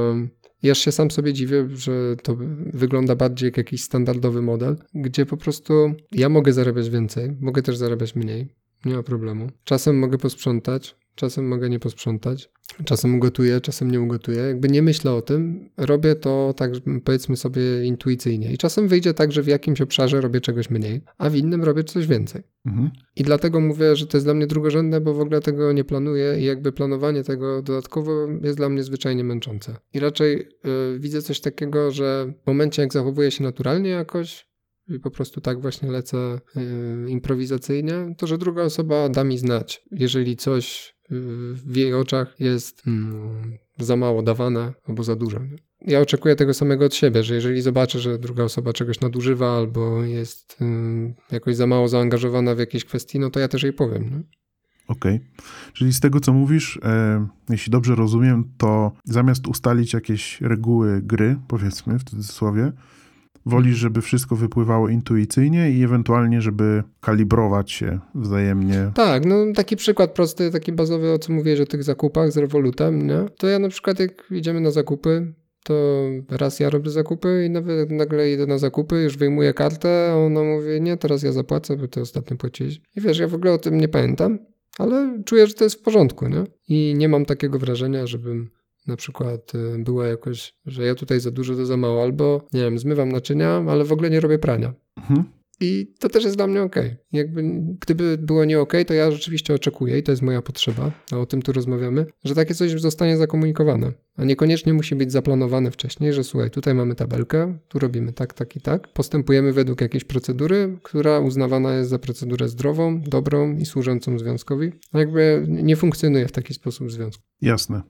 Ja się sam sobie dziwię, że to wygląda bardziej jak jakiś standardowy model, gdzie po prostu ja mogę zarabiać więcej, mogę też zarabiać mniej, nie ma problemu. Czasem mogę posprzątać, czasem mogę nie posprzątać, czasem ugotuję, czasem nie ugotuję. Jakby nie myślę o tym, robię to tak, powiedzmy sobie, intuicyjnie. I czasem wyjdzie tak, że w jakimś obszarze robię czegoś mniej, a w innym robię coś więcej. Mhm. I dlatego mówię, że to jest dla mnie drugorzędne, bo w ogóle tego nie planuję i jakby planowanie tego dodatkowo jest dla mnie zwyczajnie męczące. I raczej yy, widzę coś takiego, że w momencie, jak zachowuję się naturalnie jakoś, i po prostu tak właśnie lecę yy, improwizacyjnie, to że druga osoba da mi znać, jeżeli coś yy, w jej oczach jest yy, za mało dawane albo za dużo. Nie? Ja oczekuję tego samego od siebie, że jeżeli zobaczę, że druga osoba czegoś nadużywa albo jest yy, jakoś za mało zaangażowana w jakieś kwestii, no to ja też jej powiem. Nie? Okej. Okay. Czyli z tego, co mówisz, e, jeśli dobrze rozumiem, to zamiast ustalić jakieś reguły gry, powiedzmy w cudzysłowie, wolisz, żeby wszystko wypływało intuicyjnie i ewentualnie, żeby kalibrować się wzajemnie. Tak, no taki przykład prosty, taki bazowy, o co mówiłeś o tych zakupach z Revolutem, nie? To ja na przykład jak idziemy na zakupy, to raz ja robię zakupy i nawet nagle idę na zakupy, już wyjmuję kartę, a ona mówi, nie, teraz ja zapłacę, bo ty ostatnio płaciłeś. I wiesz, ja w ogóle o tym nie pamiętam, ale czuję, że to jest w porządku, nie? I nie mam takiego wrażenia, żebym na przykład było jakoś, że ja tutaj za dużo, to za mało, albo nie wiem, zmywam naczynia, ale w ogóle nie robię prania. Mhm. I to też jest dla mnie okej. Okay. Jakby gdyby było nie okej, okay, to ja rzeczywiście oczekuję i to jest moja potrzeba, a o tym tu rozmawiamy, że takie coś zostanie zakomunikowane, a niekoniecznie musi być zaplanowane wcześniej, że słuchaj, tutaj mamy tabelkę, tu robimy tak, tak i tak, postępujemy według jakiejś procedury, która uznawana jest za procedurę zdrową, dobrą i służącą związkowi. A jakby nie funkcjonuje w taki sposób w związku. Jasne.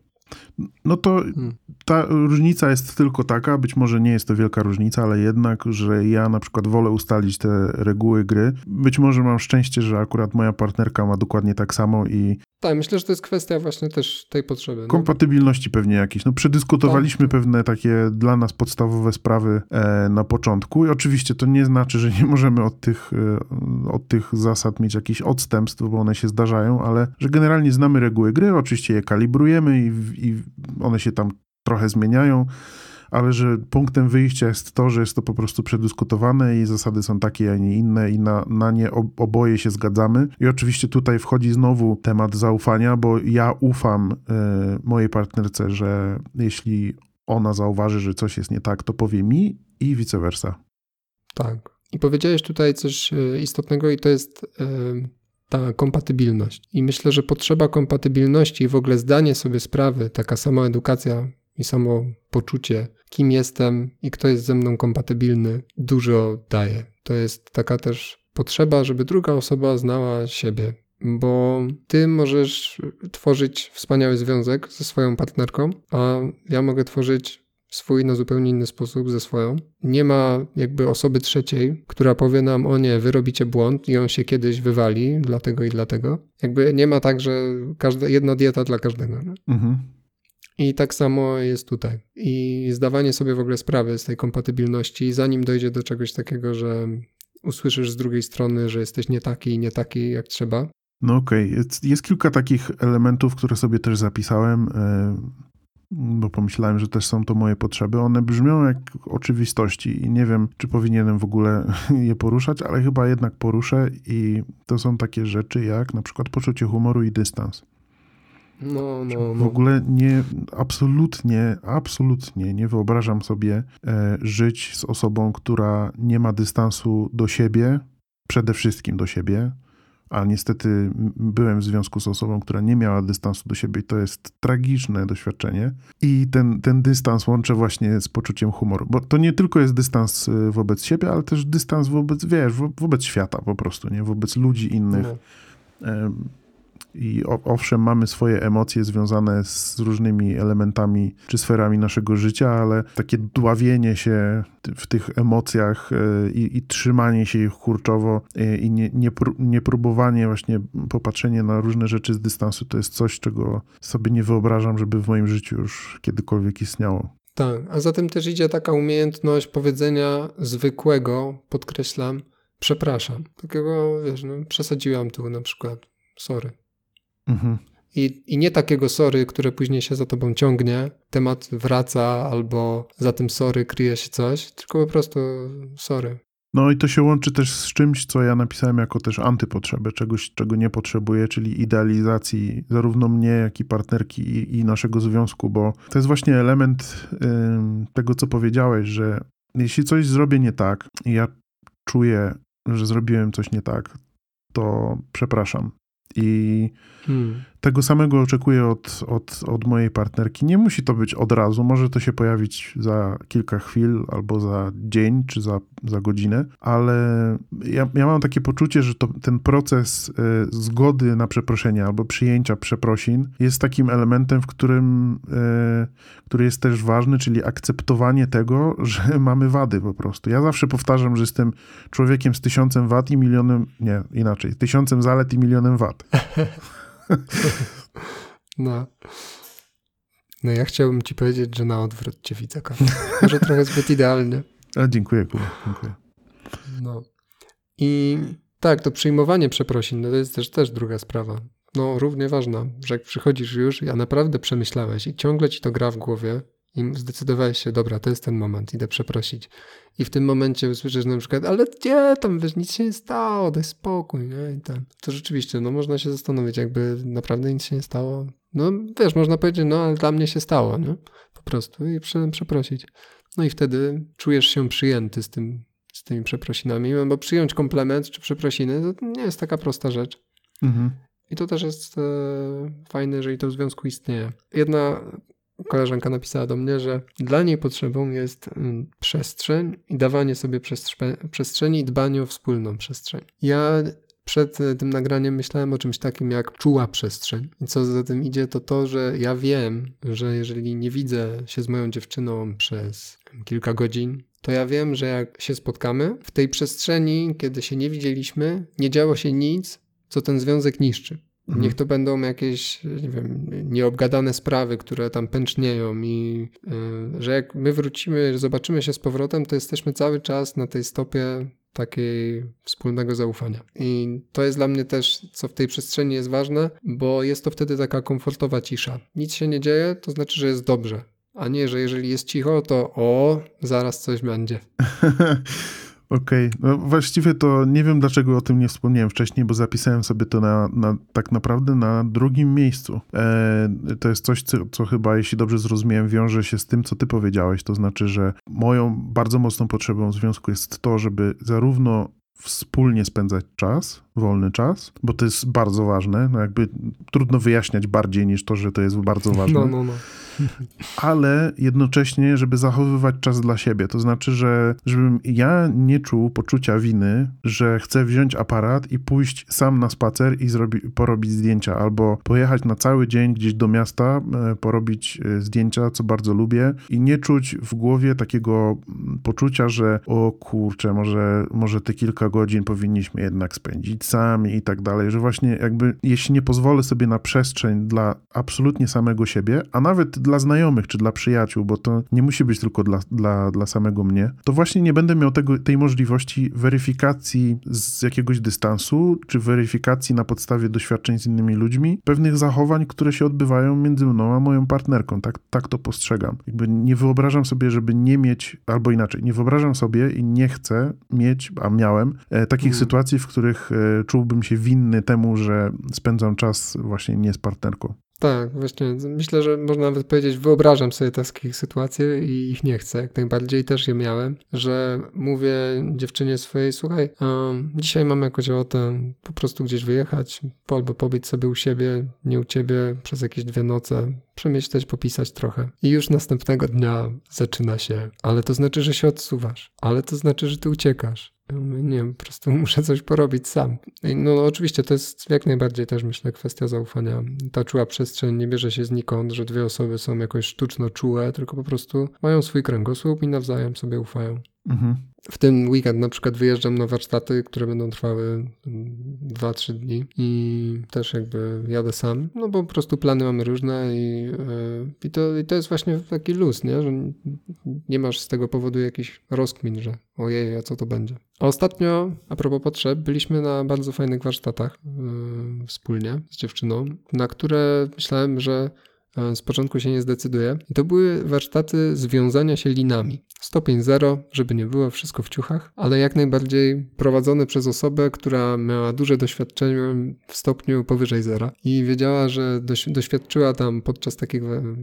No to ta różnica jest tylko taka, być może nie jest to wielka różnica, ale jednak, że ja na przykład wolę ustalić te reguły gry. Być może mam szczęście, że akurat moja partnerka ma dokładnie tak samo i... Tak, myślę, że to jest kwestia właśnie też tej potrzeby. No? Kompatybilności pewnie jakieś. No przedyskutowaliśmy tak. pewne takie dla nas podstawowe sprawy e, na początku i oczywiście to nie znaczy, że nie możemy od tych, e, od tych zasad mieć jakichś odstępstw, bo one się zdarzają, ale że generalnie znamy reguły gry, oczywiście je kalibrujemy i, i one się tam trochę zmieniają, ale że punktem wyjścia jest to, że jest to po prostu przedyskutowane i zasady są takie, a nie inne i na, na nie oboje się zgadzamy. I oczywiście tutaj wchodzi znowu temat zaufania, bo ja ufam y, mojej partnerce, że jeśli ona zauważy, że coś jest nie tak, to powie mi i vice versa. Tak. I powiedziałeś tutaj coś istotnego i to jest y, ta kompatybilność. I myślę, że potrzeba kompatybilności i w ogóle zdanie sobie sprawy, taka sama edukacja i samo poczucie, kim jestem i kto jest ze mną kompatybilny, dużo daje. To jest taka też potrzeba, żeby druga osoba znała siebie, bo ty możesz tworzyć wspaniały związek ze swoją partnerką, a ja mogę tworzyć swój na zupełnie inny sposób ze swoją. Nie ma jakby osoby trzeciej, która powie nam, o nie, wy robicie błąd i on się kiedyś wywali, dlatego i dlatego. Jakby nie ma tak, że każda, jedna dieta dla każdego. Nie? Mhm. I tak samo jest tutaj. I zdawanie sobie w ogóle sprawy z tej kompatybilności, zanim dojdzie do czegoś takiego, że usłyszysz z drugiej strony, że jesteś nie taki i nie taki jak trzeba. No okej, okay. jest, jest kilka takich elementów, które sobie też zapisałem, bo pomyślałem, że też są to moje potrzeby. One brzmią jak oczywistości i nie wiem, czy powinienem w ogóle je poruszać, ale chyba jednak poruszę i to są takie rzeczy jak na przykład poczucie humoru i dystans. No, no, no. W ogóle nie, absolutnie, absolutnie nie wyobrażam sobie e, żyć z osobą, która nie ma dystansu do siebie, przede wszystkim do siebie, a niestety byłem w związku z osobą, która nie miała dystansu do siebie i to jest tragiczne doświadczenie. I ten, ten dystans łączę właśnie z poczuciem humoru, bo to nie tylko jest dystans wobec siebie, ale też dystans wobec, wiesz, wo, wobec świata po prostu, nie? Wobec ludzi innych. No. E, I owszem, mamy swoje emocje związane z różnymi elementami czy sferami naszego życia, ale takie dławienie się w tych emocjach i, i trzymanie się ich kurczowo i nie, nie, nie próbowanie właśnie popatrzenie na różne rzeczy z dystansu, to jest coś, czego sobie nie wyobrażam, żeby w moim życiu już kiedykolwiek istniało. Tak, a za tym też idzie taka umiejętność powiedzenia zwykłego, podkreślam, przepraszam. Takiego, wiesz, no, przesadziłam tu na przykład, sorry. Mhm. I, I nie takiego sorry, które później się za tobą ciągnie, temat wraca albo za tym sorry kryje się coś, tylko po prostu sorry. No i to się łączy też z czymś, co ja napisałem jako też antypotrzebę, czegoś, czego nie potrzebuję, czyli idealizacji zarówno mnie, jak i partnerki i, i naszego związku, bo to jest właśnie element y, tego, co powiedziałeś, że jeśli coś zrobię nie tak i ja czuję, że zrobiłem coś nie tak, to przepraszam. I hmm. tego samego oczekuję od, od, od mojej partnerki. Nie musi to być od razu, może to się pojawić za kilka chwil, albo za dzień, czy za, za godzinę, ale ja, ja mam takie poczucie, że to, ten proces y, zgody na przeproszenie albo przyjęcia przeprosin jest takim elementem, w którym, y, który jest też ważny, czyli akceptowanie tego, że mamy wady po prostu. Ja zawsze powtarzam, że jestem człowiekiem z tysiącem wad i milionem, nie, inaczej, tysiącem zalet i milionem wad. No. No ja chciałbym ci powiedzieć, że na odwrót cię widzę, Karol. Może trochę zbyt idealnie. A, dziękuję, Kuba, dziękuję. No. I tak, to przyjmowanie przeprosin, no to jest też, też druga sprawa. No równie ważna, że jak przychodzisz już, a naprawdę przemyślałeś i ciągle ci to gra w głowie i zdecydowałeś się, dobra, to jest ten moment, idę przeprosić. I w tym momencie usłyszysz na przykład, ale gdzie tam, wiesz, nic się nie stało, daj spokój, nie? I tam. To rzeczywiście, no można się zastanowić, jakby naprawdę nic się nie stało. No wiesz, można powiedzieć, no ale dla mnie się stało, nie? Po prostu i prze, przeprosić. No i wtedy czujesz się przyjęty z tym, z tymi przeprosinami, bo przyjąć komplement czy przeprosiny to nie jest taka prosta rzecz. Mhm. I to też jest e, fajne, jeżeli to w związku istnieje. Jedna koleżanka napisała do mnie, że dla niej potrzebą jest przestrzeń i dawanie sobie przestrze- przestrzeni i dbanie o wspólną przestrzeń. Ja przed tym nagraniem myślałem o czymś takim jak czuła przestrzeń. I co za tym idzie, to to, że ja wiem, że jeżeli nie widzę się z moją dziewczyną przez kilka godzin, to ja wiem, że jak się spotkamy, w tej przestrzeni, kiedy się nie widzieliśmy, nie działo się nic, co ten związek niszczy. Mhm. Niech to będą jakieś, nie wiem, nieobgadane sprawy, które tam pęcznieją i yy, że jak my wrócimy, zobaczymy się z powrotem, to jesteśmy cały czas na tej stopie takiej wspólnego zaufania. I to jest dla mnie też, co w tej przestrzeni jest ważne, bo jest to wtedy taka komfortowa cisza. Nic się nie dzieje, to znaczy, że jest dobrze. A nie, że jeżeli jest cicho, to o, zaraz coś będzie. Okej, okay. No właściwie to nie wiem, dlaczego o tym nie wspomniałem wcześniej, bo zapisałem sobie to na, na tak naprawdę na drugim miejscu. E, to jest coś, co, co chyba, jeśli dobrze zrozumiałem, wiąże się z tym, co ty powiedziałeś. To znaczy, że moją bardzo mocną potrzebą w związku jest to, żeby zarówno wspólnie spędzać czas, wolny czas, bo to jest bardzo ważne. No jakby trudno wyjaśniać bardziej niż to, że to jest bardzo ważne. No, no, no. ale jednocześnie, żeby zachowywać czas dla siebie. To znaczy, że żebym ja nie czuł poczucia winy, że chcę wziąć aparat i pójść sam na spacer i zrobi, porobić zdjęcia, albo pojechać na cały dzień gdzieś do miasta, e, porobić e, zdjęcia, co bardzo lubię i nie czuć w głowie takiego poczucia, że o kurczę, może, może te kilka godzin powinniśmy jednak spędzić sami i tak dalej, że właśnie jakby jeśli nie pozwolę sobie na przestrzeń dla absolutnie samego siebie, a nawet dla znajomych czy dla przyjaciół, bo to nie musi być tylko dla, dla, dla samego mnie, to właśnie nie będę miał tego, tej możliwości weryfikacji z jakiegoś dystansu, czy weryfikacji na podstawie doświadczeń z innymi ludźmi, pewnych zachowań, które się odbywają między mną a moją partnerką. Tak, tak to postrzegam. Jakby nie wyobrażam sobie, żeby nie mieć, albo inaczej, nie wyobrażam sobie i nie chcę mieć, a miałem, e, takich hmm. sytuacji, w których e, czułbym się winny temu, że spędzam czas właśnie nie z partnerką. Tak, właśnie. Myślę, że można nawet powiedzieć, wyobrażam sobie takich sytuacji i ich nie chcę. Jak najbardziej też je miałem, że mówię dziewczynie swojej, słuchaj, um, dzisiaj mam jakąś ochotę po prostu gdzieś wyjechać, albo pobyć sobie u siebie, nie u ciebie przez jakieś dwie noce, przemyśleć, popisać trochę. I już następnego dnia zaczyna się, ale to znaczy, że się odsuwasz, ale to znaczy, że ty uciekasz. Nie wiem, po prostu muszę coś porobić sam. No oczywiście to jest jak najbardziej też myślę kwestia zaufania. Ta czuła przestrzeń nie bierze się znikąd, że dwie osoby są jakoś sztuczno czułe, tylko po prostu mają swój kręgosłup i nawzajem sobie ufają. Mhm. W ten weekend na przykład wyjeżdżam na warsztaty, które będą trwały dwa trzy dni i też jakby jadę sam, no bo po prostu plany mamy różne i, yy, i, to, i to jest właśnie taki luz, nie? Że nie masz z tego powodu jakichś rozkmin, że ojej, a co to będzie. A ostatnio, a propos potrzeb, byliśmy na bardzo fajnych warsztatach yy, wspólnie z dziewczyną, na które myślałem, że z początku się nie zdecyduję. I to były warsztaty związania się linami. Stopień zero, żeby nie było, wszystko w ciuchach, ale jak najbardziej prowadzone przez osobę, która miała duże doświadczenie w stopniu powyżej zera i wiedziała, że doś- doświadczyła tam podczas takich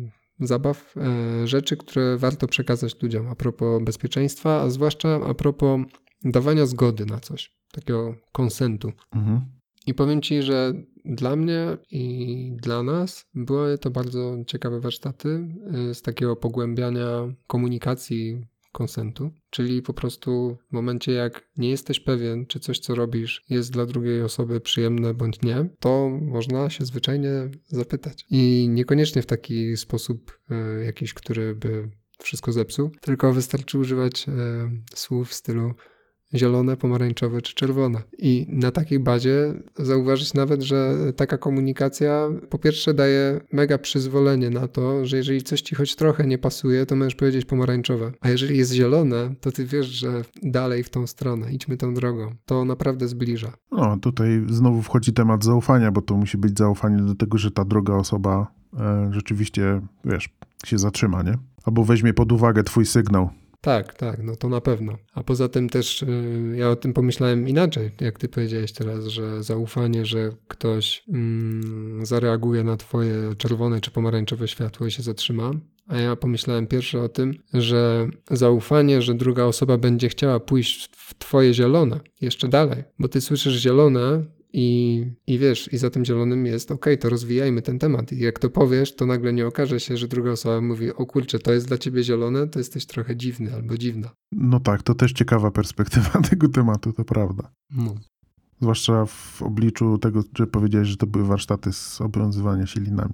zabaw e, rzeczy, które warto przekazać ludziom a propos bezpieczeństwa, a zwłaszcza a propos dawania zgody na coś, takiego konsentu. Mhm. I powiem ci, że dla mnie i dla nas były to bardzo ciekawe warsztaty z takiego pogłębiania komunikacji konsentu, czyli po prostu w momencie jak nie jesteś pewien, czy coś co robisz jest dla drugiej osoby przyjemne bądź nie, to można się zwyczajnie zapytać. I niekoniecznie w taki sposób y, jakiś, który by wszystko zepsuł, tylko wystarczy używać y, słów w stylu zielone, pomarańczowe czy czerwone. I na takiej bazie zauważyć nawet, że taka komunikacja po pierwsze daje mega przyzwolenie na to, że jeżeli coś ci choć trochę nie pasuje, to możesz powiedzieć pomarańczowe. A jeżeli jest zielone, to ty wiesz, że dalej w tą stronę, idźmy tą drogą. To naprawdę zbliża. No, tutaj znowu wchodzi temat zaufania, bo to musi być zaufanie do tego, że ta druga osoba e, rzeczywiście, wiesz, się zatrzyma, nie? Albo weźmie pod uwagę twój sygnał. Tak, tak, no to na pewno. A poza tym też y, ja o tym pomyślałem inaczej, jak ty powiedziałeś teraz, że zaufanie, że ktoś mm, zareaguje na twoje czerwone czy pomarańczowe światło i się zatrzyma. A ja pomyślałem pierwsze o tym, że zaufanie, że druga osoba będzie chciała pójść w twoje zielone jeszcze dalej, bo ty słyszysz zielone i, i wiesz, i za tym zielonym jest okej, okay, to rozwijajmy ten temat. I jak to powiesz, to nagle nie okaże się, że druga osoba mówi, o kurczę, to jest dla ciebie zielone, to jesteś trochę dziwny albo dziwna. No tak, to też ciekawa perspektywa tego tematu, to prawda. No. Zwłaszcza w obliczu tego, że powiedziałeś, że to były warsztaty z obowiązywania się linami.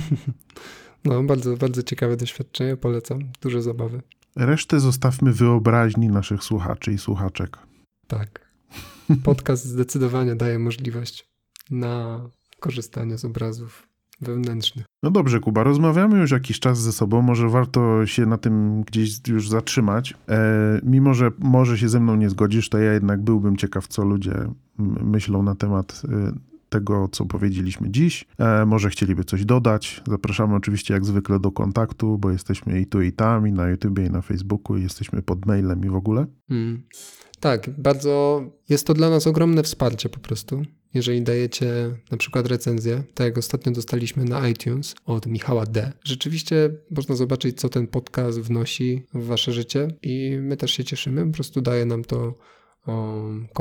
No, bardzo, bardzo ciekawe doświadczenie, polecam, duże zabawy. Resztę zostawmy wyobraźni naszych słuchaczy i słuchaczek. Tak. Podcast zdecydowanie daje możliwość na korzystanie z obrazów wewnętrznych. No dobrze, Kuba, rozmawiamy już jakiś czas ze sobą, może warto się na tym gdzieś już zatrzymać. E, mimo, że może się ze mną nie zgodzisz, to ja jednak byłbym ciekaw, co ludzie myślą na temat e, tego, co powiedzieliśmy dziś. E, może chcieliby coś dodać. Zapraszamy oczywiście jak zwykle do kontaktu, bo jesteśmy i tu, i tam, i na YouTubie, i na Facebooku, i jesteśmy pod mailem i w ogóle. Mm. Tak, bardzo jest to dla nas ogromne wsparcie po prostu. Jeżeli dajecie na przykład recenzję, tak jak ostatnio dostaliśmy na iTunes od Michała D. Rzeczywiście można zobaczyć, co ten podcast wnosi w wasze życie i my też się cieszymy. Po prostu daje nam to o, kopa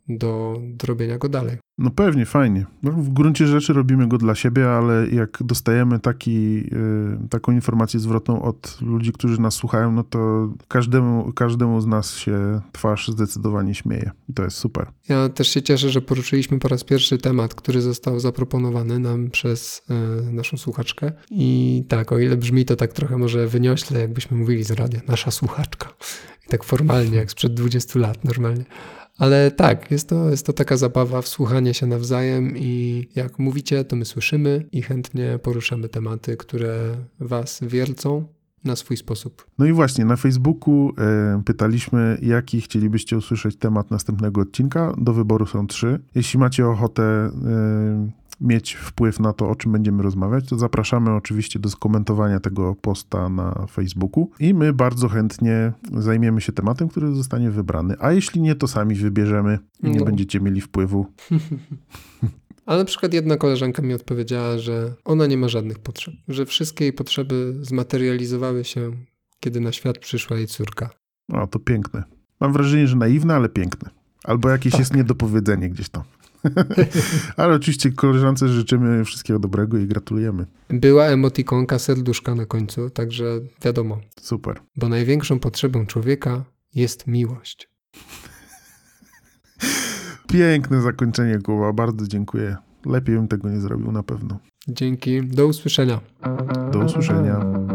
do, do robienia go dalej. No pewnie, fajnie. No, w gruncie rzeczy robimy go dla siebie, ale jak dostajemy taki, y, taką informację zwrotną od ludzi, którzy nas słuchają, no to każdemu, każdemu z nas się twarz zdecydowanie śmieje. I to jest super. Ja też się cieszę, że poruszyliśmy po raz pierwszy temat, który został zaproponowany nam przez y, naszą słuchaczkę. I tak, o ile brzmi to tak trochę może wyniośle, jakbyśmy mówili z radia, nasza słuchaczka. I tak formalnie, jak sprzed dwudziestu lat normalnie. Ale tak, jest to, jest to taka zabawa, wsłuchanie się nawzajem i jak mówicie, to my słyszymy i chętnie poruszamy tematy, które was wiercą na swój sposób. No i właśnie, na Facebooku e, pytaliśmy, jaki chcielibyście usłyszeć temat następnego odcinka. Do wyboru są trzy. Jeśli macie ochotę e, mieć wpływ na to, o czym będziemy rozmawiać, to zapraszamy oczywiście do skomentowania tego posta na Facebooku i my bardzo chętnie zajmiemy się tematem, który zostanie wybrany. A jeśli nie, to sami wybierzemy i nie No. będziecie mieli wpływu. Ale na przykład jedna koleżanka mi odpowiedziała, że ona nie ma żadnych potrzeb, że wszystkie jej potrzeby zmaterializowały się, kiedy na świat przyszła jej córka. O, to piękne. Mam wrażenie, że naiwne, ale piękne. Albo jakieś Tak. jest niedopowiedzenie gdzieś tam. Ale oczywiście koleżance życzymy wszystkiego dobrego i gratulujemy. Była emotikonka serduszka na końcu, także wiadomo, Super. bo największą potrzebą człowieka jest miłość. Piękne zakończenie, Kuba. Bardzo dziękuję. Lepiej bym tego nie zrobił na pewno. Dzięki, do usłyszenia. Do usłyszenia.